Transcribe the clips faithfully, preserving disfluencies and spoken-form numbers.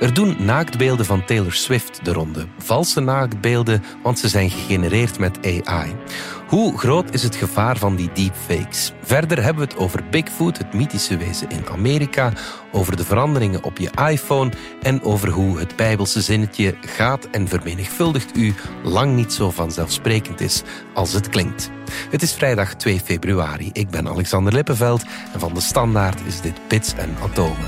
Er doen naaktbeelden van Taylor Swift de ronde. Valse naaktbeelden, want ze zijn gegenereerd met A I. Hoe groot is het gevaar van die deepfakes? Verder hebben we het over Bigfoot, het mythische wezen in Amerika, over de veranderingen op je iPhone en over hoe het Bijbelse zinnetje gaat en vermenigvuldigt u lang niet zo vanzelfsprekend is als het klinkt. Het is vrijdag twee februari. Ik ben Alexander Lippenveld en van de Standaard is dit Bits en Atomen.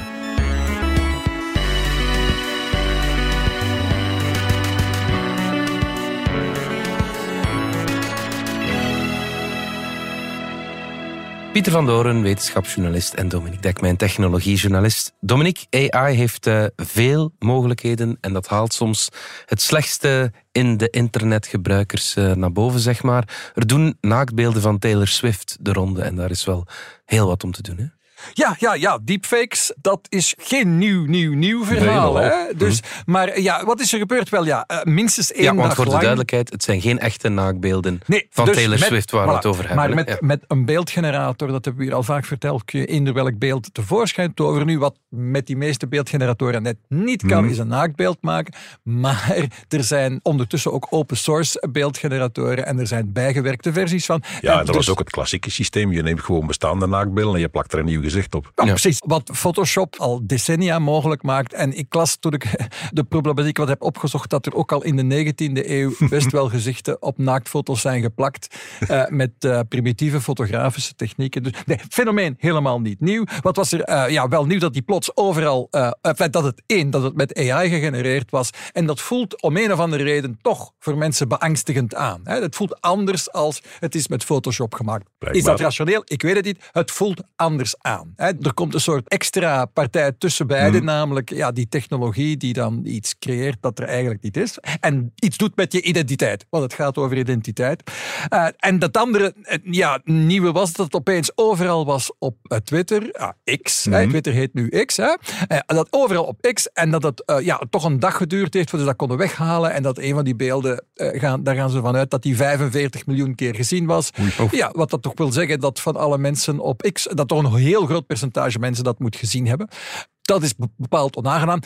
Pieter van Doren, wetenschapsjournalist, en Dominique Dekmijn, technologiejournalist. Dominique, A I heeft uh, veel mogelijkheden en dat haalt soms het slechtste in de internetgebruikers uh, naar boven, zeg maar. Er doen naaktbeelden van Taylor Swift de ronde en daar is wel heel wat om te doen, hè? Ja, ja, ja, deepfakes, dat is geen nieuw, nieuw, nieuw verhaal. Nee, hè? Dus, maar ja, wat is er gebeurd? Wel ja, uh, minstens één ja, dag want voor lang... de duidelijkheid, het zijn geen echte naaktbeelden nee, van dus Taylor met, Swift waar we voilà, het over hebben. Maar met, ja. met een beeldgenerator, dat hebben we hier al vaak verteld, kun je eender welk beeld tevoorschijn toveren. Nu, wat met die meeste beeldgeneratoren net niet kan, mm. is een naaktbeeld maken. Maar er zijn ondertussen ook open source beeldgeneratoren en er zijn bijgewerkte versies van. Ja, en dat dus, was ook het klassieke systeem. Je neemt gewoon bestaande naaktbeelden en je plakt er een nieuw gezicht op. Ja, ja. Precies. Wat Photoshop al decennia mogelijk maakt. En ik las toen ik de problematiek wat heb opgezocht, dat er ook al in de negentiende eeuw best wel gezichten op naaktfoto's zijn geplakt. Uh, met uh, primitieve fotografische technieken. Dus nee, fenomeen helemaal niet nieuw. Wat was er uh, ja, wel nieuw? Dat die plots overal... Uh, enfin, dat het één, dat het met A I gegenereerd was. En dat voelt om een of andere reden toch voor mensen beangstigend aan. Hè? Het voelt anders als het is met Photoshop gemaakt. Blijkbaar. Is dat rationeel? Ik weet het niet. Het voelt anders aan. Hè? Er komt een soort extra partij tussen beiden, mm. namelijk ja, die technologie die dan iets creëert dat er eigenlijk niet is. En iets doet met je identiteit, want het gaat over identiteit. Uh, en dat andere, ja, nieuwe was dat het opeens overal was op uh, Twitter, uh, X, mm. hè, Twitter heet nu X, hè, uh, dat overal op X en dat het uh, ja, toch een dag geduurd heeft voordat ze dat konden weghalen en dat een van die beelden, uh, gaan, daar gaan ze vanuit dat die vijfenveertig miljoen keer gezien was. Ja, wat dat toch wil zeggen dat van alle mensen op X, dat toch een heel groot percentage mensen dat moet gezien hebben. Dat is bepaald onaangenaam.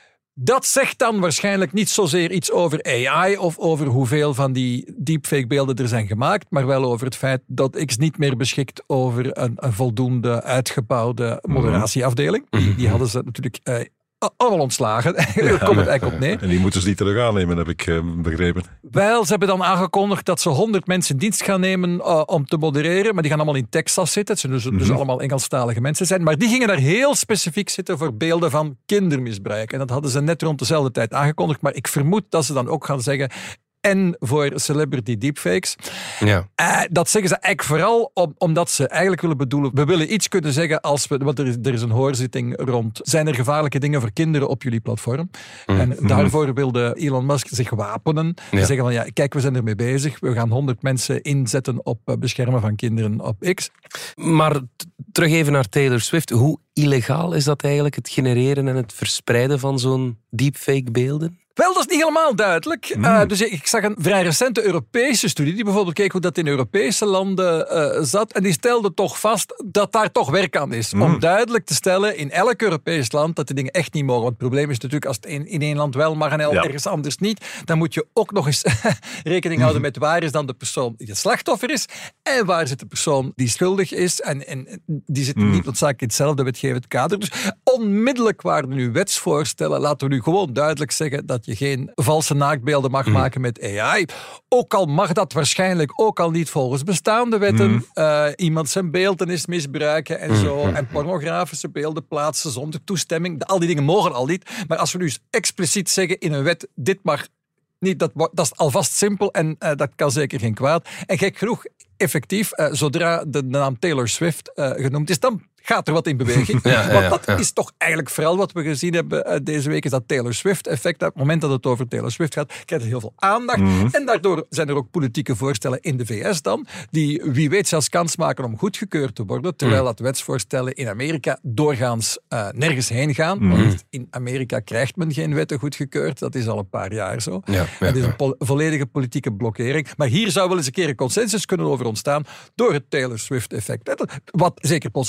Dat zegt dan waarschijnlijk niet zozeer iets over A I of over hoeveel van die deepfake-beelden er zijn gemaakt, maar wel over het feit dat X niet meer beschikt over een, een voldoende uitgebouwde moderatieafdeling. Die, die hadden ze natuurlijk... Uh, allemaal ontslagen. Daar komt het eigenlijk op neer. En die moeten ze niet terug aannemen, heb ik uh, begrepen. Wel, ze hebben dan aangekondigd dat ze honderd mensen in dienst gaan nemen uh, om te modereren, maar die gaan allemaal in Texas zitten. Het zullen dus, mm-hmm. dus allemaal Engelstalige mensen zijn. Maar die gingen daar heel specifiek zitten voor beelden van kindermisbruik. En dat hadden ze net rond dezelfde tijd aangekondigd. Maar ik vermoed dat ze dan ook gaan zeggen... En voor celebrity deepfakes. Ja. Uh, dat zeggen ze eigenlijk vooral om, omdat ze eigenlijk willen bedoelen... We willen iets kunnen zeggen als we... Want er is, er is een hoorzitting rond... Zijn er gevaarlijke dingen voor kinderen op jullie platform? Mm. En daarvoor wilde Elon Musk zich wapenen. Ja. Zeggen van, ja, kijk, we zijn ermee bezig. We gaan honderd mensen inzetten op beschermen van kinderen op X. Maar t- terug even naar Taylor Swift. Hoe illegaal is dat eigenlijk, het genereren en het verspreiden van zo'n deepfake-beelden? Wel, dat is niet helemaal duidelijk. Mm. Uh, dus ik zag een vrij recente Europese studie die bijvoorbeeld keek hoe dat in Europese landen uh, zat. En die stelde toch vast dat daar toch werk aan is. Mm. Om duidelijk te stellen in elk Europees land dat die dingen echt niet mogen. Want het probleem is natuurlijk als het in, in één land wel mag en ja. ergens anders niet. Dan moet je ook nog eens rekening houden met waar is dan de persoon die het slachtoffer is. En waar zit de persoon die schuldig is. En, en die zit mm. niet noodzakelijk in hetzelfde wetgevend kader. Dus onmiddellijk waren er nu wetsvoorstellen. Laten we nu gewoon duidelijk zeggen dat je geen valse naaktbeelden mag mm. maken met A I. Ook al mag dat waarschijnlijk ook al niet volgens bestaande wetten. Mm. Uh, iemand zijn beeltenis misbruiken en mm. zo. En pornografische beelden plaatsen zonder toestemming. Al die dingen mogen al niet. Maar als we nu expliciet zeggen in een wet, dit mag niet, dat, dat is alvast simpel en uh, dat kan zeker geen kwaad. En gek genoeg, effectief, uh, zodra de naam Taylor Swift uh, genoemd is, dan gaat er wat in beweging. Ja, ja, Want dat ja. is toch eigenlijk vooral wat we gezien hebben uh, deze week, is dat Taylor Swift-effect. Op het moment dat het over Taylor Swift gaat, krijgt het heel veel aandacht. Mm-hmm. En daardoor zijn er ook politieke voorstellen in de V S dan, die wie weet zelfs kans maken om goedgekeurd te worden, terwijl dat wetsvoorstellen in Amerika doorgaans uh, nergens heen gaan. Mm-hmm. Want in Amerika krijgt men geen wetten goedgekeurd. Dat is al een paar jaar zo. Ja, ja, het is een pol- volledige politieke blokkering. Maar hier zou wel eens een keer een consensus kunnen over ontstaan door het Taylor Swift-effect. Wat zeker positief is.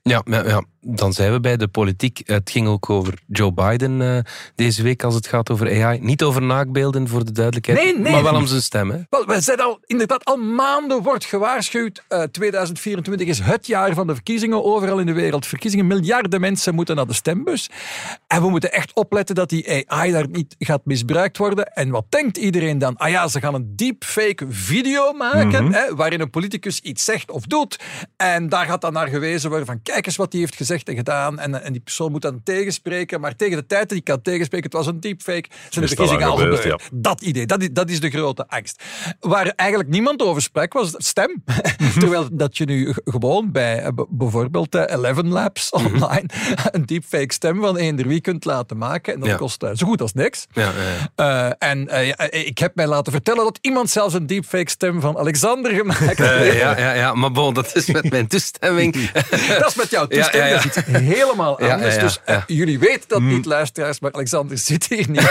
Ja, ja, ja, dan zijn we bij de politiek. Het ging ook over Joe Biden uh, deze week als het gaat over A I. Niet over naakbeelden, voor de duidelijkheid, nee, nee. maar wel om zijn stem. Hè? Wel, we zijn al, inderdaad, al maanden wordt gewaarschuwd. Uh, tweeduizend vierentwintig is het jaar van de verkiezingen overal in de wereld. Verkiezingen, miljarden mensen moeten naar de stembus. En we moeten echt opletten dat die A I daar niet gaat misbruikt worden. En wat denkt iedereen dan? Ah ja, ze gaan een deepfake video maken, mm-hmm. hè, waarin een politicus iets zegt of doet. En daar gaat dan naar gewezen worden van kijk eens wat hij heeft gezegd en gedaan. En, en die persoon moet dan tegenspreken. Maar tegen de tijd dat hij kan tegenspreken, het was een deepfake, zijn de verkiezingen al gebeurd. Ja. Dat idee, dat is, dat is de grote angst. Waar eigenlijk niemand over sprak, was stem. Terwijl dat je nu gewoon bij bijvoorbeeld Eleven Labs online een deepfake stem van eender wie kunt laten maken. En dat ja. kost uh, zo goed als niks. Ja, ja, ja. Uh, en uh, ja, ik heb mij laten vertellen dat iemand zelfs een deepfake stem van Alexander gemaakt heeft. Uh, ja, ja, ja, maar bon, dat is met mijn toestemming. Dat is met jouw toestemming. Ja, ja, ja. Dat is iets helemaal anders. Ja, ja, ja, dus uh, ja. jullie weten dat mm. niet, luisteraars, maar Alexander zit hier niet.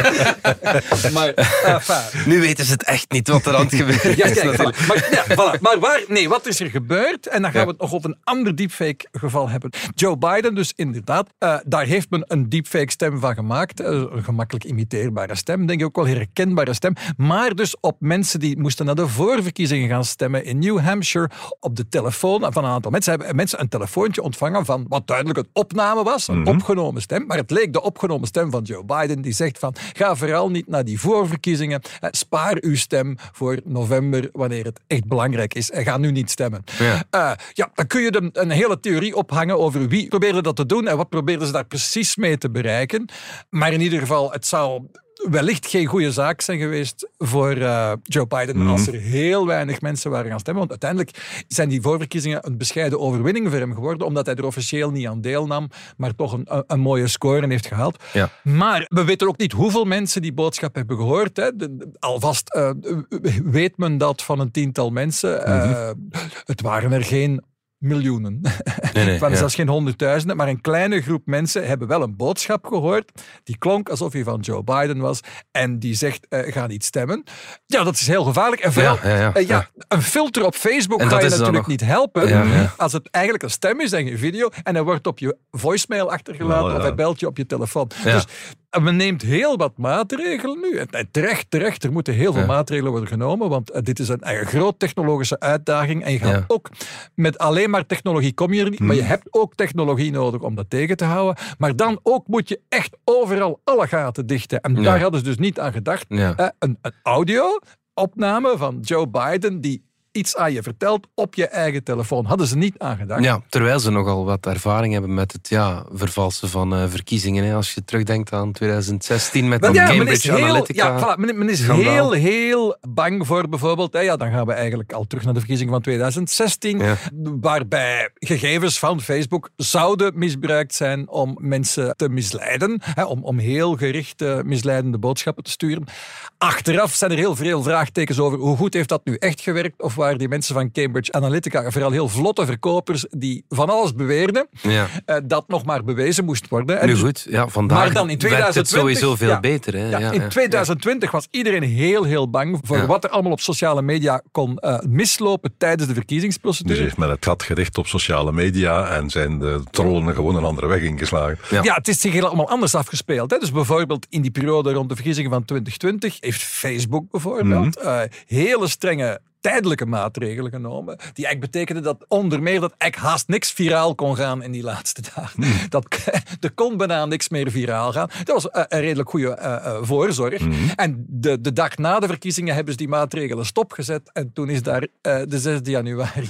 maar, uh, nu weten ze het echt niet wat er aan het gebeuren ja, is. Kijk, voilà. Maar, ja, voilà. maar waar, nee, wat is er gebeurd? En dan gaan ja. we het nog over een ander deepfake geval hebben. Joe Biden, dus inderdaad, uh, daar heeft men een deepfake stem van gemaakt. Uh, een gemakkelijk imiteerbare stem, denk ik ook wel herkenbare stem. Maar dus op mensen die moesten naar de voorverkiezingen gaan stemmen in New Hampshire, op de telefoon van een aantal mensen hebben mensen een telefoontje ontvangen van wat duidelijk een opname was, een mm-hmm. opgenomen stem. Maar het leek de opgenomen stem van Joe Biden, die zegt van ga vooral niet naar die voorverkiezingen. Uh, spaar uw stem voor november, wanneer het echt belangrijk is. En ga nu niet stemmen. Ja, uh, ja dan kun je de, een hele theorie ophangen over wie probeerde dat te doen en wat probeerden ze daar precies mee te bereiken. Maar in ieder geval, het zou wellicht geen goede zaak zijn geweest voor uh, Joe Biden mm. als er heel weinig mensen waren gaan stemmen. Want uiteindelijk zijn die voorverkiezingen een bescheiden overwinning voor hem geworden, omdat hij er officieel niet aan deelnam, maar toch een, een, een mooie score heeft gehaald. Ja. Maar we weten ook niet hoeveel mensen die boodschap hebben gehoord. Hè. De, de, alvast uh, weet men dat van een tiental mensen. Mm-hmm. Uh, het waren er geen miljoenen. Nee, nee, van ja. zelfs geen honderdduizenden, maar een kleine groep mensen hebben wel een boodschap gehoord die klonk alsof hij van Joe Biden was en die zegt, uh, ga niet stemmen. Ja, dat is heel gevaarlijk. En vooral, ja, ja, ja. Uh, ja, ja. een filter op Facebook ga je natuurlijk nog niet helpen ja, ja. als het eigenlijk een stem is en geen video en hij wordt op je voicemail achtergelaten oh, ja. of hij belt je op je telefoon. Ja. Dus men neemt heel wat maatregelen nu. En terecht, terecht, er moeten heel veel ja. maatregelen worden genomen, want uh, dit is een, een groot technologische uitdaging en je gaat ja. ook met alleen maar technologie kom je er niet, hmm. maar je hebt ook technologie nodig om dat tegen te houden. Maar dan ook moet je echt overal alle gaten dichten. En ja. daar hadden ze dus niet aan gedacht. Ja. Uh, een, een audio-opname van Joe Biden die iets aan je vertelt op je eigen telefoon. Hadden ze niet aan gedacht. Ja, terwijl ze nogal wat ervaring hebben met het ja, vervalsen van uh, verkiezingen. Hè. Als je terugdenkt aan twintig zestien met de ja, Cambridge men heel, Analytica. Ja, voilà, men, men is schandaal. heel, heel bang voor bijvoorbeeld... Hè, ja, dan gaan we eigenlijk al terug naar de verkiezingen van twintig zestien, ja. waarbij gegevens van Facebook zouden misbruikt zijn om mensen te misleiden. Hè, om, om heel gerichte misleidende boodschappen te sturen. Achteraf zijn er heel veel vraagtekens over hoe goed heeft dat nu echt gewerkt of waar die mensen van Cambridge Analytica, vooral heel vlotte verkopers, die van alles beweerden, ja. uh, dat nog maar bewezen moest worden. En nu dus, goed, ja, vandaag maar dan in tweeduizend twintig, werkt het sowieso veel ja, beter. Hè? Ja, ja, in ja, tweeduizend twintig ja. was iedereen heel, heel bang voor ja. wat er allemaal op sociale media kon uh, mislopen tijdens de verkiezingsprocedure. Dus heeft men het gat gericht op sociale media en zijn de trollen gewoon een andere weg ingeslagen. Ja, ja het is zich allemaal anders afgespeeld. Hè? Dus bijvoorbeeld in die periode rond de verkiezingen van twintig twintig heeft Facebook bijvoorbeeld mm-hmm. uh, hele strenge tijdelijke maatregelen genomen, die eigenlijk betekenden dat onder meer dat eigenlijk haast niks viraal kon gaan in die laatste dagen. Mm. Dat, er kon bijna niks meer viraal gaan. Dat was uh, een redelijk goede uh, uh, voorzorg. Mm. En de, de dag na de verkiezingen hebben ze die maatregelen stopgezet en toen is daar uh, de zesde januari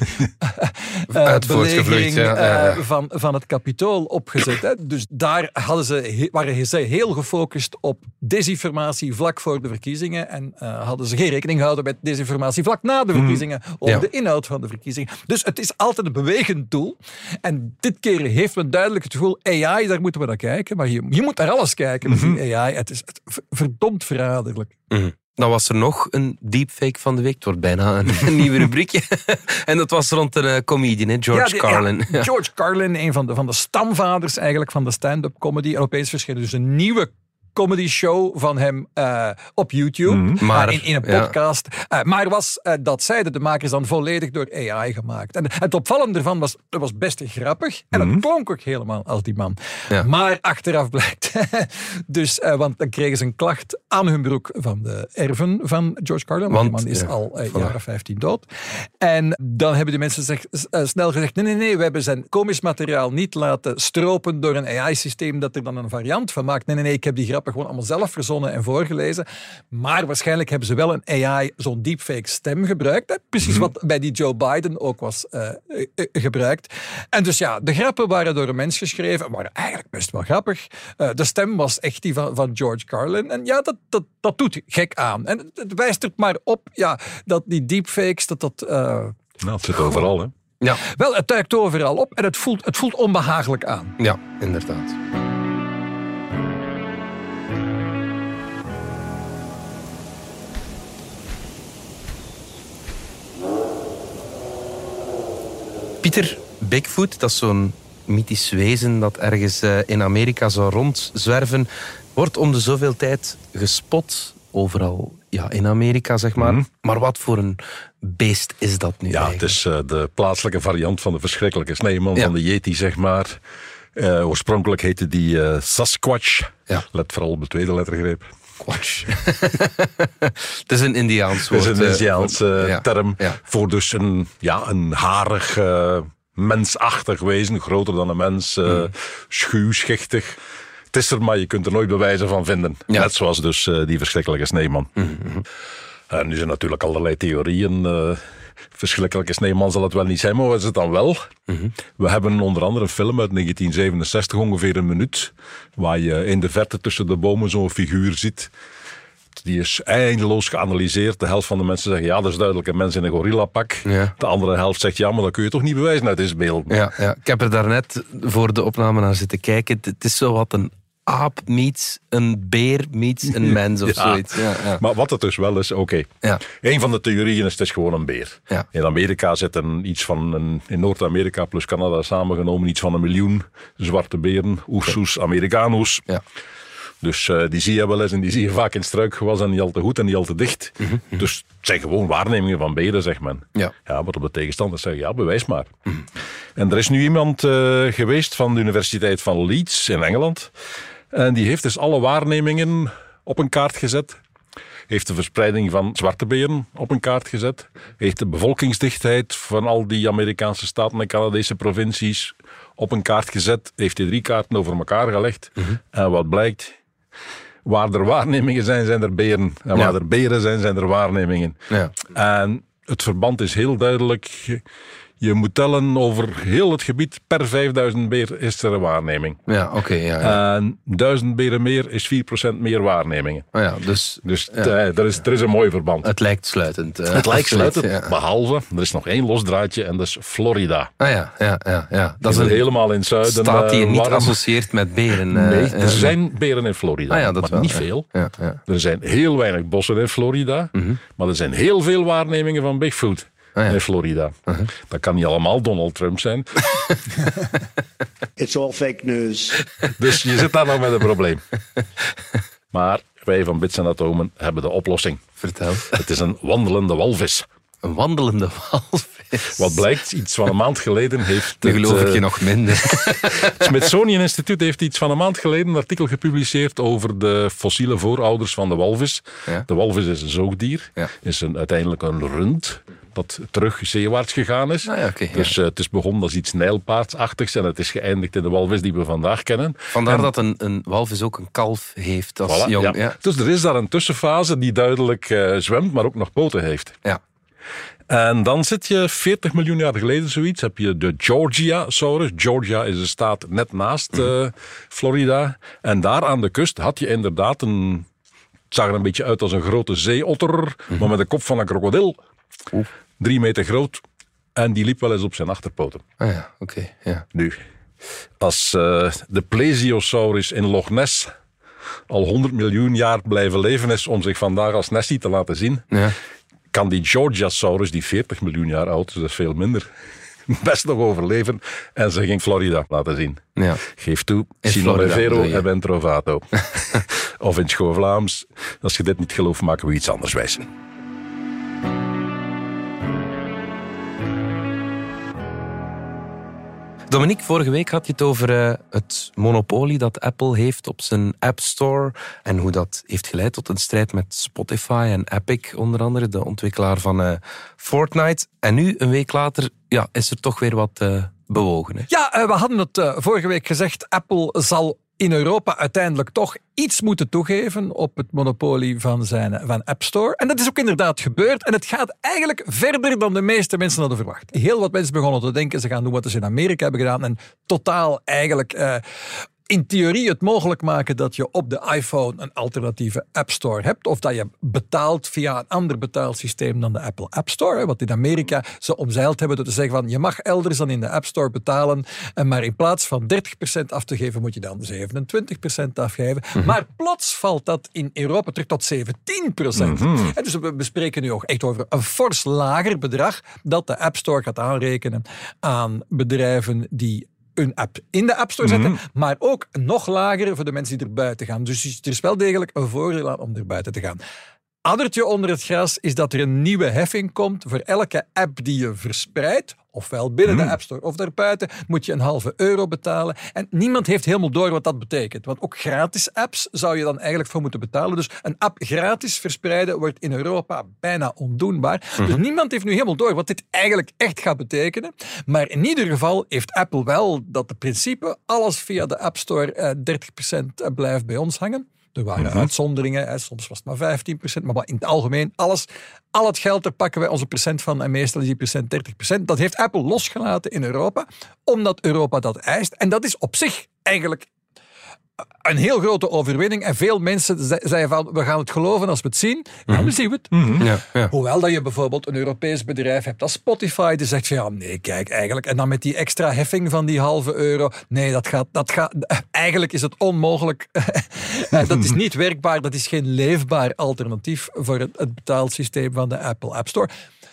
uh, belegering ja, uh, ja, ja. Van, van het Capitool opgezet. Hè. Dus daar hadden ze, waren ze heel gefocust op desinformatie vlak voor de verkiezingen en uh, hadden ze geen rekening gehouden met desinformatie vlak na de verkiezingen, of ja. de inhoud van de verkiezingen. Dus het is altijd een bewegend doel. En dit keer heeft men duidelijk het gevoel, A I, daar moeten we naar kijken. Maar je, je moet naar alles kijken met mm-hmm. die A I. Het is het, verdomd verraderlijk. Mm-hmm. Dan was er nog een deepfake van de week. Het wordt bijna een, een nieuwe rubriekje. En dat was rond een uh, comedian, hè? George ja, die, Carlin. Ja, George Carlin, een van de, van de stamvaders eigenlijk van de stand-up comedy. En opeens verscheen dus een nieuwe comedy show van hem uh, op YouTube. Mm-hmm. Maar, uh, in, in een podcast. Ja. Uh, maar was, uh, dat zeiden de makers dan volledig door A I gemaakt. En het opvallende ervan was, het was best grappig. En mm-hmm. het klonk ook helemaal als die man. Ja. Maar achteraf blijkt. dus, uh, want dan kregen ze een klacht aan hun broek van de erven van George Carlin. Want, want die man is ja, al uh, jaren vijftien dood. En dan hebben die mensen zeg, uh, snel gezegd, nee, nee, nee, we hebben zijn komisch materiaal niet laten stropen door een A I-systeem dat er dan een variant van maakt. Nee, nee, nee, ik heb die grappen gewoon allemaal zelf verzonnen en voorgelezen. Maar waarschijnlijk hebben ze wel een A I, zo'n deepfake stem gebruikt. Hè? Precies mm-hmm. wat bij die Joe Biden ook was uh, uh, gebruikt. En dus ja, de grappen waren door een mens geschreven, waren eigenlijk best wel grappig. Uh, de stem was echt die van, van George Carlin. En ja, dat, dat, dat doet gek aan. En het, het wijst er maar op ja, dat die deepfakes, dat dat... Uh, nou, het zit overal, hè? Ja. Wel, het duikt overal op en het voelt, het voelt onbehagelijk aan. Ja, inderdaad. Pieter, Bigfoot, dat is zo'n mythisch wezen dat ergens uh, in Amerika zou rondzwerven, wordt om de zoveel tijd gespot overal ja, in Amerika, zeg maar. Mm-hmm. Maar wat voor een beest is dat nu Ja, eigenlijk? Het is uh, de plaatselijke variant van de verschrikkelijke sneeuwman, ja. van de Yeti, zeg maar. Uh, oorspronkelijk heette die uh, Sasquatch. Ja. Let vooral op de tweede lettergreep. Quatsch. Het is een Indiaans woord. Het is een Indiaanse uh, ja. term ja. voor dus een, ja, een harig, uh, mensachtig wezen. Groter dan een mens, uh, mm. schuw, schichtig. Het is er, maar je kunt er nooit bewijzen van vinden. Ja. Net zoals dus uh, die verschrikkelijke sneeuwman. Mm-hmm. En nu zijn natuurlijk allerlei theorieën. Uh, verschrikkelijke sneeuwman zal het wel niet zijn, maar wat is het dan wel? Mm-hmm. We hebben onder andere een film uit negentien zevenenzestig, ongeveer een minuut, waar je in de verte tussen de bomen zo'n figuur ziet. Die is eindeloos geanalyseerd. De helft van de mensen zeggen, ja, dat is duidelijk een mens in een gorillapak. Ja. De andere helft zegt, ja, maar dat kun je toch niet bewijzen uit deze beeld. Ja, ja. Ik heb er daarnet voor de opname naar zitten kijken. Het is zo wat een aap meets een beer meets een mens of ja. zoiets. Ja, ja. Maar wat het dus wel is, oké. Okay. Ja. Een van de theorieën is, het is gewoon een beer. Ja. In Amerika zitten iets van, een, in Noord-Amerika plus Canada samengenomen, iets van een miljoen zwarte beren, Ursus americanus. Ja. Dus uh, die zie je wel eens en die zie je vaak in struikgewas en niet al te goed en niet al te dicht. Mm-hmm. Dus het zijn gewoon waarnemingen van beren, zegt men. Ja. Ja, wat op de tegenstanders zeggen, ja, bewijs maar. Mm-hmm. En er is nu iemand uh, geweest van de Universiteit van Leeds in Engeland. En die heeft dus alle waarnemingen op een kaart gezet. Heeft de verspreiding van zwarte beren op een kaart gezet. Heeft de bevolkingsdichtheid van al die Amerikaanse staten en Canadese provincies op een kaart gezet. Heeft die drie kaarten over elkaar gelegd. Mm-hmm. En wat blijkt? Waar er waarnemingen zijn, zijn er beren. En waar ja. er beren zijn, zijn er waarnemingen. Ja. En het verband is heel duidelijk. Je moet tellen over heel het gebied. Per vijfduizend beer is er een waarneming. Ja, oké. Okay, ja, ja. En duizend beren meer is vier procent meer waarnemingen. Oh ja, dus dus ja. t, er, is, er is een mooi verband. Het lijkt sluitend. Uh, het lijkt sluitend, ja. Behalve, er is nog één los draadje en dat is Florida. Ah ja, ja, ja. ja. Dat is een, helemaal in het zuiden. Staat die je niet warm. associeert met beren? Uh, nee, er uh, zijn beren in Florida, ah ja, dat maar wel, niet ja. veel. Ja, ja. Er zijn heel weinig bossen in Florida, mm-hmm. maar er zijn heel veel waarnemingen van Bigfoot. Ah, ja. In Florida. Uh-huh. Dat kan niet allemaal Donald Trump zijn. It's all fake news. Dus je zit daar nog met een probleem. Maar wij van Bits en Atomen hebben de oplossing. Vertel. Het is een wandelende walvis. Een wandelende walvis? Wat blijkt, iets van een maand geleden heeft... Dan geloof ik uh, je nog minder. Het Smithsonian Instituut heeft iets van een maand geleden een artikel gepubliceerd over de fossiele voorouders van de walvis. Ja. De walvis is een zoogdier. Ja. Is een, uiteindelijk een rund dat terug zeewaarts gegaan is. Ah ja, okay, dus ja. uh, het is begonnen als iets nijlpaardsachtigs en het is geëindigd in de walvis die we vandaag kennen. Vandaar en, dat een, een walvis ook een kalf heeft als voilà, jong. Ja. Ja. Dus er is daar een tussenfase die duidelijk uh, zwemt, maar ook nog poten heeft. Ja. En dan zit je veertig miljoen jaar geleden zoiets, heb je de Georgiasaurus. Georgia is een staat net naast uh, Florida. En daar aan de kust had je inderdaad een... Het zag er een beetje uit als een grote zeeotter, mm-hmm. maar met de kop van een krokodil. Oeh. Drie meter groot. En die liep wel eens op zijn achterpoten. Ah ja, oké. Okay, ja. Nu, als uh, de Plesiosaurus in Loch Ness al honderd miljoen jaar blijven leven is om zich vandaag als Nessie te laten zien, ja. kan die Georgiasaurus, die veertig miljoen jaar oud is, dus dat is veel minder, best nog overleven en zich in Florida laten zien. Ja. Geef toe, Sino Vero e ben trovato. of in Schoon Vlaams. Als je dit niet gelooft, maken we iets anders wijzen. Dominique, vorige week had je het over uh, het monopolie dat Apple heeft op zijn App Store en hoe dat heeft geleid tot een strijd met Spotify en Epic, onder andere, de ontwikkelaar van uh, Fortnite. En nu, een week later, ja, is er toch weer wat uh, bewogen. Hè? Ja, uh, we hadden het uh, vorige week gezegd, Apple zal in Europa uiteindelijk toch iets moeten toegeven op het monopolie van zijn van App Store. En dat is ook inderdaad gebeurd. En het gaat eigenlijk verder dan de meeste mensen hadden verwacht. Heel wat mensen begonnen te denken, ze gaan doen wat ze in Amerika hebben gedaan. En totaal eigenlijk... Uh, in theorie het mogelijk maken dat je op de iPhone een alternatieve App Store hebt. Of dat je betaalt via een ander betaalsysteem dan de Apple App Store. Wat in Amerika ze omzeild hebben door te zeggen van je mag elders dan in de App Store betalen. Maar in plaats van dertig procent af te geven moet je dan zevenentwintig procent afgeven. Mm-hmm. Maar plots valt dat in Europa terug tot zeventien procent. Mm-hmm. En dus we bespreken nu ook echt over een fors lager bedrag dat de App Store gaat aanrekenen aan bedrijven die een app in de App Store zetten, mm-hmm. maar ook nog lager voor de mensen die er buiten gaan. Dus er is wel degelijk een voordeel aan om er buiten te gaan. Addertje onder het gras is dat er een nieuwe heffing komt voor elke app die je verspreidt, ofwel binnen mm. de App Store of daarbuiten, moet je een halve euro betalen. En niemand heeft helemaal door wat dat betekent. Want ook gratis apps zou je dan eigenlijk voor moeten betalen. Dus een app gratis verspreiden wordt in Europa bijna ondoenbaar. Mm-hmm. Dus niemand heeft nu helemaal door wat dit eigenlijk echt gaat betekenen. Maar in ieder geval heeft Apple wel dat de principe alles via de App Store eh, dertig procent blijft bij ons hangen. Er waren mm-hmm. uitzonderingen, hè. Soms was het maar vijftien procent, maar in het algemeen alles, al het geld, daar pakken wij onze procent van en meestal is die procent dertig procent. Dat heeft Apple losgelaten in Europa, omdat Europa dat eist. En dat is op zich eigenlijk een heel grote overwinning. En veel mensen zeiden van, we gaan het geloven als we het zien. Ja, mm-hmm. dan zien we het. Mm-hmm. Ja, ja. Hoewel dat je bijvoorbeeld een Europees bedrijf hebt als Spotify, die zegt van, ja, nee, kijk, eigenlijk. En dan met die extra heffing van die halve euro. Nee, dat gaat, dat gaat, eigenlijk is het onmogelijk. Dat is niet werkbaar. Dat is geen leefbaar alternatief voor het, het betaalsysteem van de Apple App Store.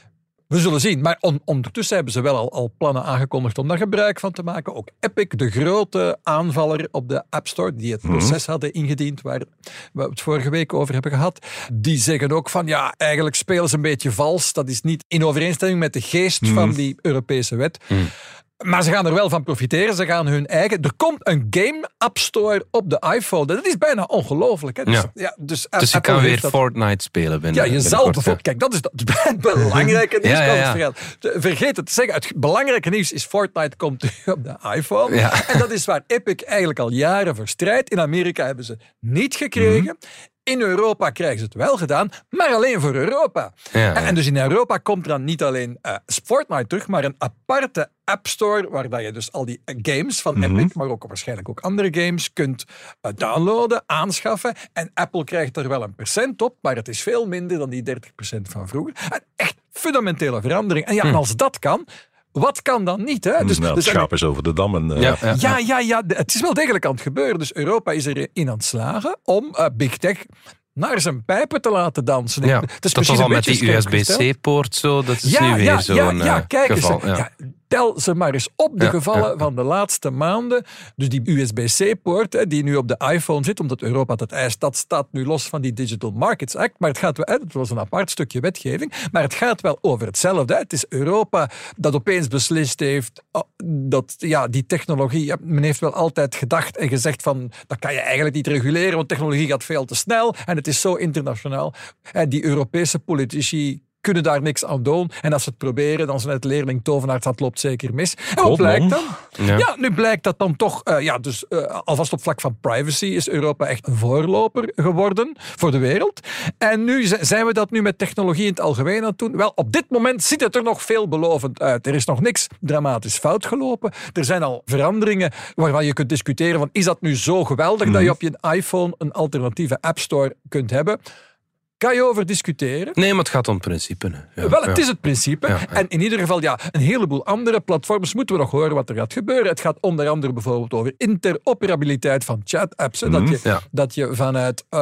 We zullen zien. Maar on, ondertussen hebben ze wel al, al plannen aangekondigd om daar gebruik van te maken. Ook Epic, de grote aanvaller op de App Store, die het proces mm-hmm. hadden ingediend, waar we het vorige week over hebben gehad, die zeggen ook van, ja, eigenlijk spelen ze een beetje vals. Dat is niet in overeenstemming met de geest mm-hmm. van die Europese wet. Mm. Maar ze gaan er wel van profiteren. Ze gaan hun eigen... Er komt een game App Store op de iPhone. Dat is bijna ongelooflijk. Hè? Dus, ja. Ja, dus, dus je kan weer dat... Fortnite spelen. Binnen, ja, je zal bijvoorbeeld... Kijk, dat is het belangrijke nieuws. Ja, ja, ja. Vergeet het te zeggen. Het belangrijke nieuws is Fortnite komt op de iPhone. Ja. En dat is waar Epic eigenlijk al jaren voor strijdt. In Amerika hebben ze niet gekregen. Mm-hmm. In Europa krijgen ze het wel gedaan, maar alleen voor Europa. Ja, ja. En dus in Europa komt dan niet alleen uh, Fortnite terug, maar een aparte App Store, waar dat je dus al die games van mm-hmm. Epic, maar ook waarschijnlijk ook andere games, kunt uh, downloaden, aanschaffen. En Apple krijgt er wel een procent op, maar het is veel minder dan die dertig procent van vroeger. Een echt fundamentele verandering. En ja, en als dat kan... Wat kan dan niet? Hè? Dus, nou, het dus, schaap is over de dam. En, uh, ja, ja, ja, ja, ja, het is wel degelijk aan het gebeuren. Dus Europa is erin aan het slagen om uh, Big Tech naar zijn pijpen te laten dansen. Ja, dat was al met die U S B C-poort zo. Dat is ja, nu weer ja, zo'n ja, ja, kijk geval. Eens, ja. Ja, tel ze maar eens op, de ja, gevallen ja. van de laatste maanden. Dus die U S B C-poort, hè, die nu op de iPhone zit, omdat Europa dat eist, dat staat nu los van die Digital Markets Act. Maar het gaat wel, het was een apart stukje wetgeving, maar het gaat wel over hetzelfde. Hè. Het is Europa dat opeens beslist heeft dat ja, die technologie, ja, men heeft wel altijd gedacht en gezegd van, dat kan je eigenlijk niet reguleren, want technologie gaat veel te snel en het is zo internationaal. En die Europese politici kunnen daar niks aan doen. En als ze het proberen, dan zijn het leerling tovenaars, dat loopt zeker mis. En wat blijkt dan? Ja. ja, nu blijkt dat dan toch, uh, ja, dus uh, alvast op vlak van privacy is Europa echt een voorloper geworden voor de wereld. En nu zijn we dat nu met technologie in het algemeen aan het doen. Wel, op dit moment ziet het er nog veelbelovend uit. Er is nog niks dramatisch fout gelopen. Er zijn al veranderingen waarvan je kunt discussiëren van, is dat nu zo geweldig mm. dat je op je iPhone een alternatieve App Store kunt hebben? Kan je over discussiëren? Nee, maar het gaat om het principe. Ja, Wel, het ja. is het principe. Ja, ja. En in ieder geval, ja, een heleboel andere platforms moeten we nog horen wat er gaat gebeuren. Het gaat onder andere bijvoorbeeld over interoperabiliteit van chat-apps. Mm-hmm. Dat, je, ja. dat je vanuit een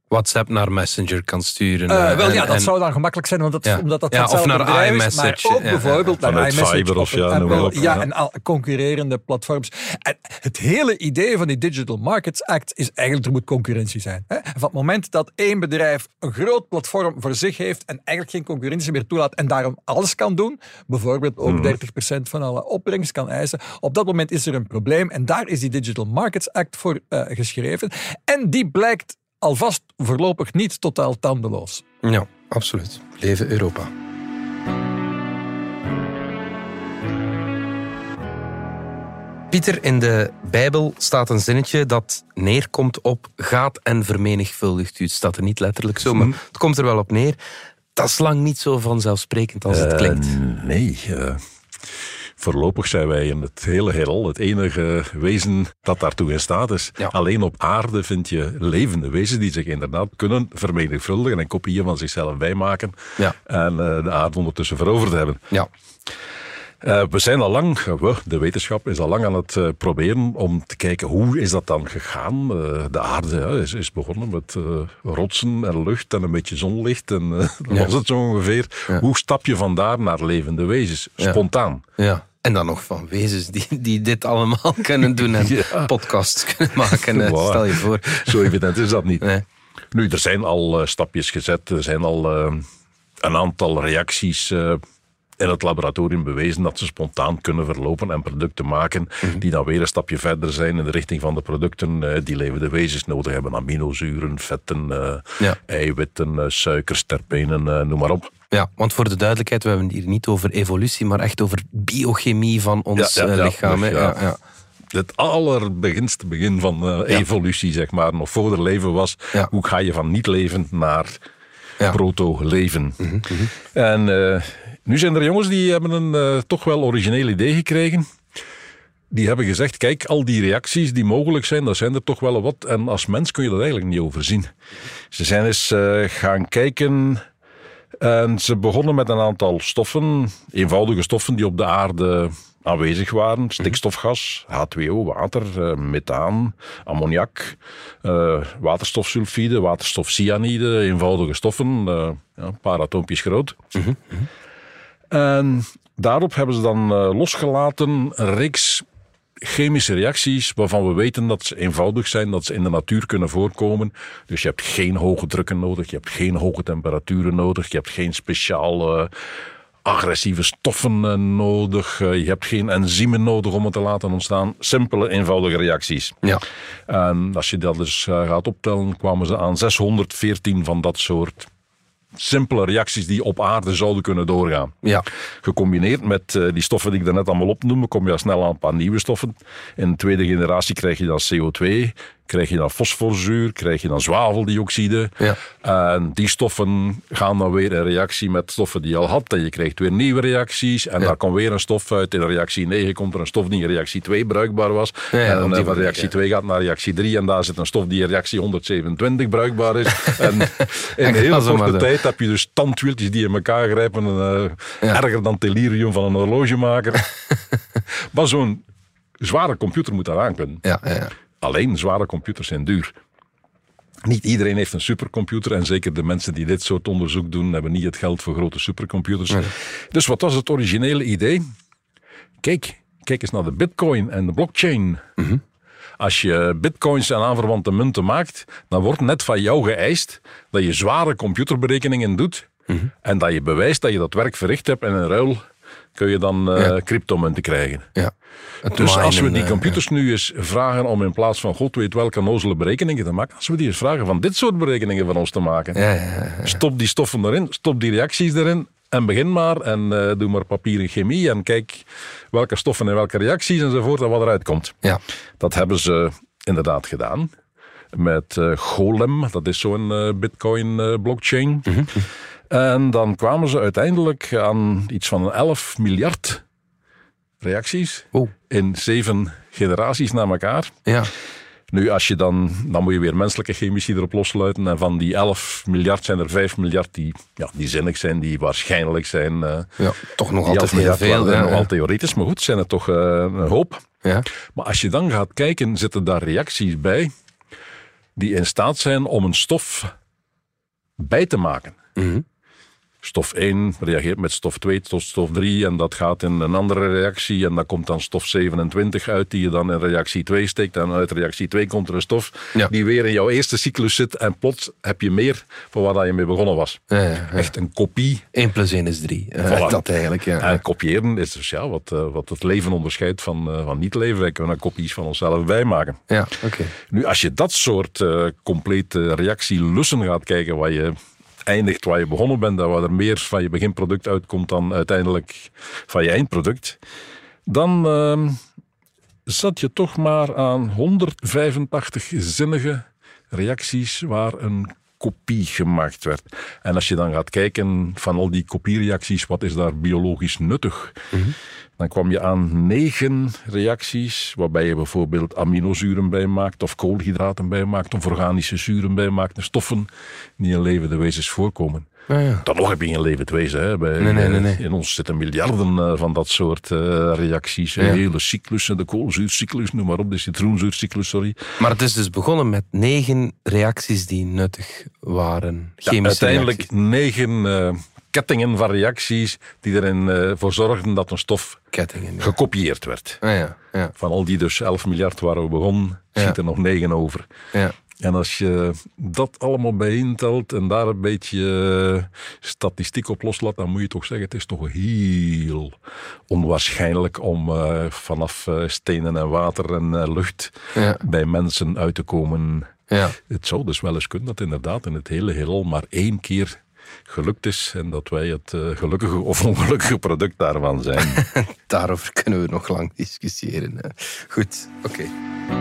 WhatsApp naar Messenger kan sturen. Uh, wel en, ja, dat en, zou dan gemakkelijk zijn, want dat, ja. omdat dat ja, of naar iMessage. Is, maar ook ja, bijvoorbeeld ja, naar iMessage. Fiber of ja, en, wel, ja, ja, en al concurrerende platforms. En het hele idee van die Digital Markets Act is eigenlijk, er moet concurrentie zijn. Hè? Van het moment dat één bedrijf een groot platform voor zich heeft en eigenlijk geen concurrentie meer toelaat en daarom alles kan doen, bijvoorbeeld ook mm-hmm. dertig procent van alle opbrengst kan eisen, op dat moment is er een probleem en daar is die Digital Markets Act voor uh, geschreven. En die blijkt alvast voorlopig niet totaal tandeloos. Ja, absoluut. Leven Europa. Pieter, in de Bijbel staat een zinnetje dat neerkomt op gaat en vermenigvuldigt u. Het staat er niet letterlijk zo, maar het komt er wel op neer. Dat is lang niet zo vanzelfsprekend als het klinkt. Uh, nee, uh, voorlopig zijn wij in het hele heelal het enige wezen dat daartoe in staat is. Ja. Alleen op aarde vind je levende wezens die zich inderdaad kunnen vermenigvuldigen en kopieën van zichzelf bijmaken ja. en uh, de aarde ondertussen veroverd hebben. Ja. Uh, we zijn al lang, we, de wetenschap is al lang aan het uh, proberen om te kijken hoe is dat dan gegaan. Uh, de aarde ja, is, is begonnen met uh, rotsen en lucht en een beetje zonlicht en uh, dat ja. was het zo ongeveer. Ja. Hoe stap je vandaar naar levende wezens? Spontaan. Ja. ja. En dan nog van wezens die, die dit allemaal kunnen doen en ja. podcasts kunnen maken. Uh, wow. Stel je voor. Zo evident is dat niet. Nee. Nu, er zijn al uh, stapjes gezet. Er zijn al uh, een aantal reacties uh, in het laboratorium bewezen dat ze spontaan kunnen verlopen en producten maken mm-hmm. die dan weer een stapje verder zijn in de richting van de producten uh, die levende wezens nodig hebben. Aminozuren, vetten, uh, ja. eiwitten, uh, suikers, terpenen, uh, noem maar op. Ja, want voor de duidelijkheid, we hebben het hier niet over evolutie, maar echt over biochemie van ons ja, ja, ja, lichaam. Ja, ja. Ja. Het allerbeginste begin van uh, ja. evolutie, zeg maar, nog voor er leven was. Ja. Hoe ga je van niet-leven naar ja. proto-leven? Mm-hmm. En uh, nu zijn er jongens die hebben een uh, toch wel origineel idee gekregen. Die hebben gezegd, kijk, al die reacties die mogelijk zijn, dat zijn er toch wel wat. En als mens kun je dat eigenlijk niet overzien. Ze zijn eens uh, gaan kijken en ze begonnen met een aantal stoffen, eenvoudige stoffen die op de aarde aanwezig waren. Stikstofgas, H twee O, water, uh, methaan, ammoniak, uh, waterstofsulfide, waterstofcyanide, eenvoudige stoffen, uh, ja, een paar atoompjes groot. Mm-hmm. En daarop hebben ze dan uh, losgelaten een reeks chemische reacties waarvan we weten dat ze eenvoudig zijn, dat ze in de natuur kunnen voorkomen. Dus je hebt geen hoge drukken nodig, je hebt geen hoge temperaturen nodig, je hebt geen speciaal uh, agressieve stoffen uh, nodig, uh, je hebt geen enzymen nodig om het te laten ontstaan. Simpele, eenvoudige reacties. Ja. En als je dat dus uh, gaat optellen, kwamen ze aan zeshonderdveertien van dat soort simpele reacties die op aarde zouden kunnen doorgaan. Ja. Gecombineerd met uh, die stoffen die ik daarnet allemaal opnoemde, kom je al snel aan een paar nieuwe stoffen. In de tweede generatie krijg je dan C O twee, krijg je dan fosforzuur, krijg je dan zwaveldioxide. Ja. En die stoffen gaan dan weer in reactie met stoffen die je al had. En je krijgt weer nieuwe reacties. En ja. daar komt weer een stof uit. In reactie negen komt er een stof die in reactie twee bruikbaar was. Ja, ja, en van reactie ja. twee gaat naar reactie drie. En daar zit een stof die in reactie honderdzevenentwintig bruikbaar is. En in een hele korte tijd heb je dus tandwieltjes die in elkaar grijpen. En, uh, ja. Erger dan het delirium van een horlogemaker. Maar zo'n zware computer moet daar aan kunnen. Ja, ja, ja. Alleen zware computers zijn duur. Niet iedereen heeft een supercomputer en zeker de mensen die dit soort onderzoek doen hebben niet het geld voor grote supercomputers. Nee. Dus wat was het originele idee? Kijk, kijk eens naar de bitcoin en de blockchain. Mm-hmm. Als je bitcoins en aanverwante munten maakt, dan wordt net van jou geëist dat je zware computerberekeningen doet mm-hmm. en dat je bewijst dat je dat werk verricht hebt en in ruil kun je dan uh, ja. cryptomunten krijgen. Ja. Dus als we die computers uh, nu eens vragen om in plaats van God weet welke nozele berekeningen te maken, als we die eens vragen van dit soort berekeningen van ons te maken. Ja, ja, ja, ja. Stop die stoffen erin, stop die reacties erin en begin maar en uh, doe maar papier en chemie en kijk welke stoffen en welke reacties enzovoort en wat eruit komt. Ja. Dat hebben ze inderdaad gedaan met uh, Golem, dat is zo'n uh, bitcoin uh, blockchain. Mm-hmm. En dan kwamen ze uiteindelijk aan iets van elf miljard reacties oh. in zeven generaties na elkaar. Ja. Nu, als je dan, dan moet je weer menselijke chemici erop lossluiten. En van die elf miljard zijn er vijf miljard die, ja, die zinnig zijn, die waarschijnlijk zijn. Uh, ja, toch nog altijd heel veel. Ja, nogal theoretisch, maar goed, zijn er toch uh, een hoop. Ja. Maar als je dan gaat kijken, zitten daar reacties bij die in staat zijn om een stof bij te maken. Mm-hmm. Stof één reageert met stof twee tot stof drie en dat gaat in een andere reactie en dan komt dan stof zevenentwintig uit die je dan in reactie twee steekt en uit reactie twee komt er een stof ja. die weer in jouw eerste cyclus zit en plots heb je meer van waar je mee begonnen was. Ja, ja, ja. Echt een kopie. één plus één is drie. Uh, voilà. Dat eigenlijk, ja. En kopiëren is dus ja, wat, uh, wat het leven onderscheidt van, uh, van niet-leven. Wij kunnen kopies van onszelf bijmaken. Ja, oké. Okay. Nu, als je dat soort uh, complete reactielussen gaat kijken waar je eindigt waar je begonnen bent en waar er meer van je beginproduct uitkomt dan uiteindelijk van je eindproduct, dan uh, zat je toch maar aan honderdvijfentachtig zinnige reacties waar een kopie gemaakt werd. En als je dan gaat kijken van al die kopiereacties, wat is daar biologisch nuttig? Mm-hmm. Dan kwam je aan negen reacties, waarbij je bijvoorbeeld aminozuren bijmaakt, of koolhydraten bijmaakt, of organische zuren bijmaakt, en stoffen die in levende wezens voorkomen. Ja, ja. Dan nog heb je geen levend wezen. Hè. Bij, nee, nee, nee, nee. In ons zitten miljarden uh, van dat soort uh, reacties. Ja. Hele cyclussen, de koolzuurcyclus, noem maar op, de citroenzuurcyclus, sorry. Maar het is dus begonnen met negen reacties die nuttig waren. Chemische ja, uiteindelijk reacties. negen uh, kettingen van reacties die erin uh, voor zorgden dat een stof kettingen, ja. gekopieerd werd. Ah, ja, ja. Van al die dus elf miljard waar we begonnen, ja. zit er nog negen over. Ja. En als je dat allemaal bijeentelt en daar een beetje statistiek op loslaat, dan moet je toch zeggen, het is toch heel onwaarschijnlijk om uh, vanaf uh, stenen en water en uh, lucht ja. bij mensen uit te komen. Ja. Het zou dus wel eens kunnen dat inderdaad in het hele heelal maar één keer gelukt is en dat wij het uh, gelukkige of ongelukkige product daarvan zijn. Daarover kunnen we nog lang discussiëren. Hè. Goed, oké. Okay.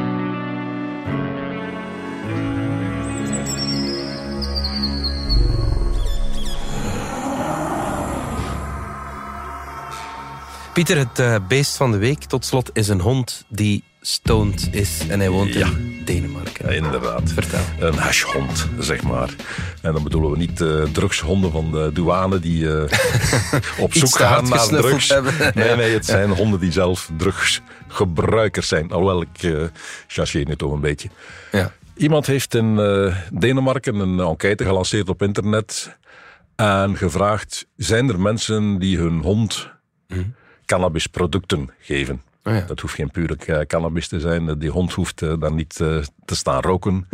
Pieter, het uh, beest van de week tot slot is een hond die stoned is en hij woont ja. in Denemarken. Ja, inderdaad. Vertel. Een hashhond, zeg maar. En dan bedoelen we niet uh, drugshonden van de douane die uh, op zoek gaan naar drugs. Hebben. Nee, nee, het zijn ja. honden die zelf drugsgebruikers zijn. Alhoewel, ik uh, chargeer het toch een beetje. Ja. Iemand heeft in uh, Denemarken een enquête gelanceerd op internet en gevraagd, zijn er mensen die hun hond mm. cannabisproducten geven? Oh ja. Dat hoeft geen pure uh, cannabis te zijn. Die hond hoeft uh, dan niet uh, te staan roken.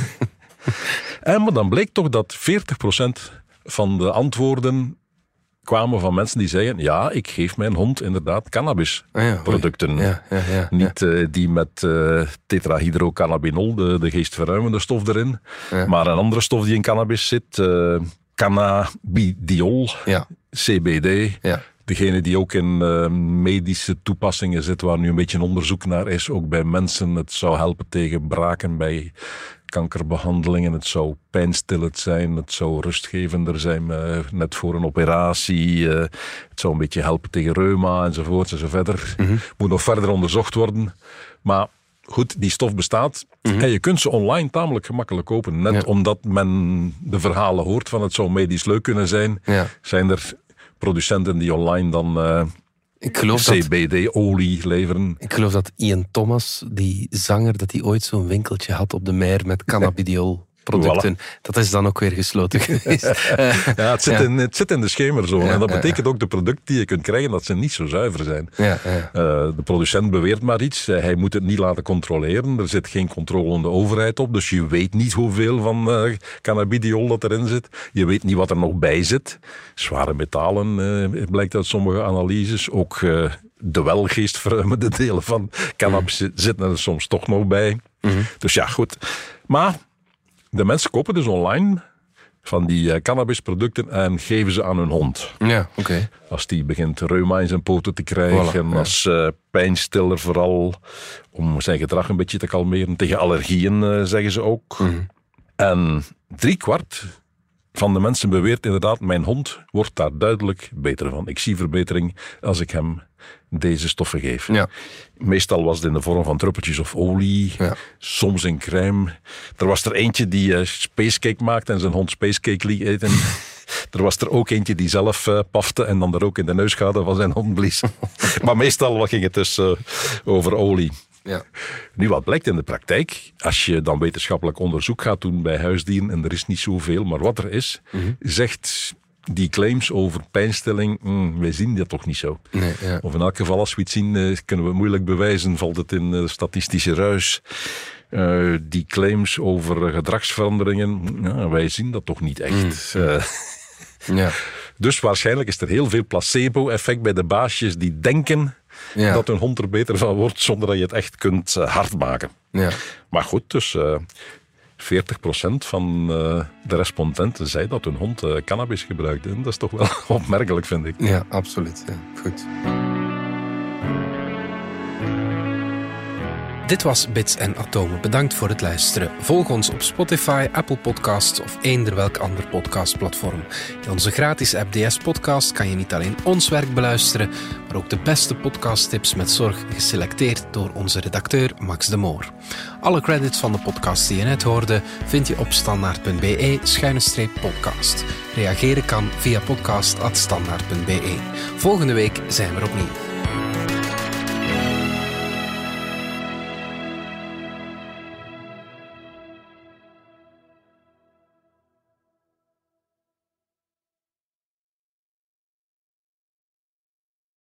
en maar dan bleek toch dat veertig procent van de antwoorden kwamen van mensen die zeggen, ja, ik geef mijn hond inderdaad cannabisproducten. Oh ja, ja, ja, ja, niet uh, die met uh, tetrahydrocannabinol, de, de geestverruimende stof erin, ja. maar een andere stof die in cannabis zit, uh, cannabidiol, ja. C B D. Ja. Degene die ook in uh, medische toepassingen zit, waar nu een beetje onderzoek naar is, ook bij mensen. Het zou helpen tegen braken bij kankerbehandelingen. Het zou pijnstillend zijn. Het zou rustgevender zijn, uh, net voor een operatie. Uh, het zou een beetje helpen tegen reuma enzovoort enzoverder. Mm-hmm. Moet nog verder onderzocht worden. Maar goed, die stof bestaat. Mm-hmm. En je kunt ze online tamelijk gemakkelijk kopen. Net ja. omdat men de verhalen hoort van het zou medisch leuk kunnen zijn, ja. zijn er producenten die online dan uh, ik geloof C B D-olie leveren. Ik geloof dat Ian Thomas, die zanger, dat hij ooit zo'n winkeltje had op de Meer met cannabidiol producten. Voilà. Dat is dan ook weer gesloten geweest. ja, het zit, ja. In, het zit in de schemerzone. Ja, en dat ja, betekent ja. ook de producten die je kunt krijgen, dat ze niet zo zuiver zijn. Ja, ja. Uh, de producent beweert maar iets. Hij moet het niet laten controleren. Er zit geen controlende overheid op. Dus je weet niet hoeveel van uh, cannabidiol dat erin zit. Je weet niet wat er nog bij zit. Zware metalen, uh, blijkt uit sommige analyses. Ook uh, de wel geestverruimende delen van cannabis mm. zitten er soms toch nog bij. Mm-hmm. Dus ja, goed. Maar de mensen kopen dus online van die uh, cannabisproducten en geven ze aan hun hond. Ja, oké. Okay. Als die begint reuma in zijn poten te krijgen, voilà, als uh, pijnstiller vooral, om zijn gedrag een beetje te kalmeren. Tegen allergieën, uh, zeggen ze ook. Mm. En driekwart van de mensen beweert inderdaad, mijn hond wordt daar duidelijk beter van. Ik zie verbetering als ik hem deze stoffen geef. Ja. Meestal was het in de vorm van druppeltjes of olie, ja. soms in crème. Er was er eentje die uh, spacecake maakte en zijn hond spacecake liet eten. Er was er ook eentje die zelf uh, pafte en dan er ook in de neusgaten van zijn hond blies. Maar meestal ging het dus uh, over olie. Ja. Nu, wat blijkt in de praktijk, als je dan wetenschappelijk onderzoek gaat doen bij huisdieren, en er is niet zoveel, maar wat er is, mm-hmm. zegt die claims over pijnstilling, mm, wij zien dat toch niet zo. Nee, ja. Of in elk geval, als we het zien, uh, kunnen we moeilijk bewijzen, valt het in uh, statistische ruis. Uh, die claims over uh, gedragsveranderingen, uh, wij zien dat toch niet echt. Mm. Uh, ja. Dus waarschijnlijk is er heel veel placebo-effect bij de baasjes die denken ja. dat hun hond er beter van wordt, zonder dat je het echt kunt uh, hard maken. Ja. Maar goed, dus uh, veertig procent van uh, de respondenten zei dat hun hond uh, cannabis gebruikte. En dat is toch wel opmerkelijk, vind ik. Ja, absoluut. Ja, goed. Dit was Bits en Atomen. Bedankt voor het luisteren. Volg ons op Spotify, Apple Podcasts of eender welk ander podcastplatform. In onze gratis app D S Podcast kan je niet alleen ons werk beluisteren, maar ook de beste podcasttips met zorg geselecteerd door onze redacteur Max de Moor. Alle credits van de podcast die je net hoorde vind je op standaard.be schuine streep podcast. Reageren kan via podcast at standaard punt be. Volgende week zijn we er opnieuw.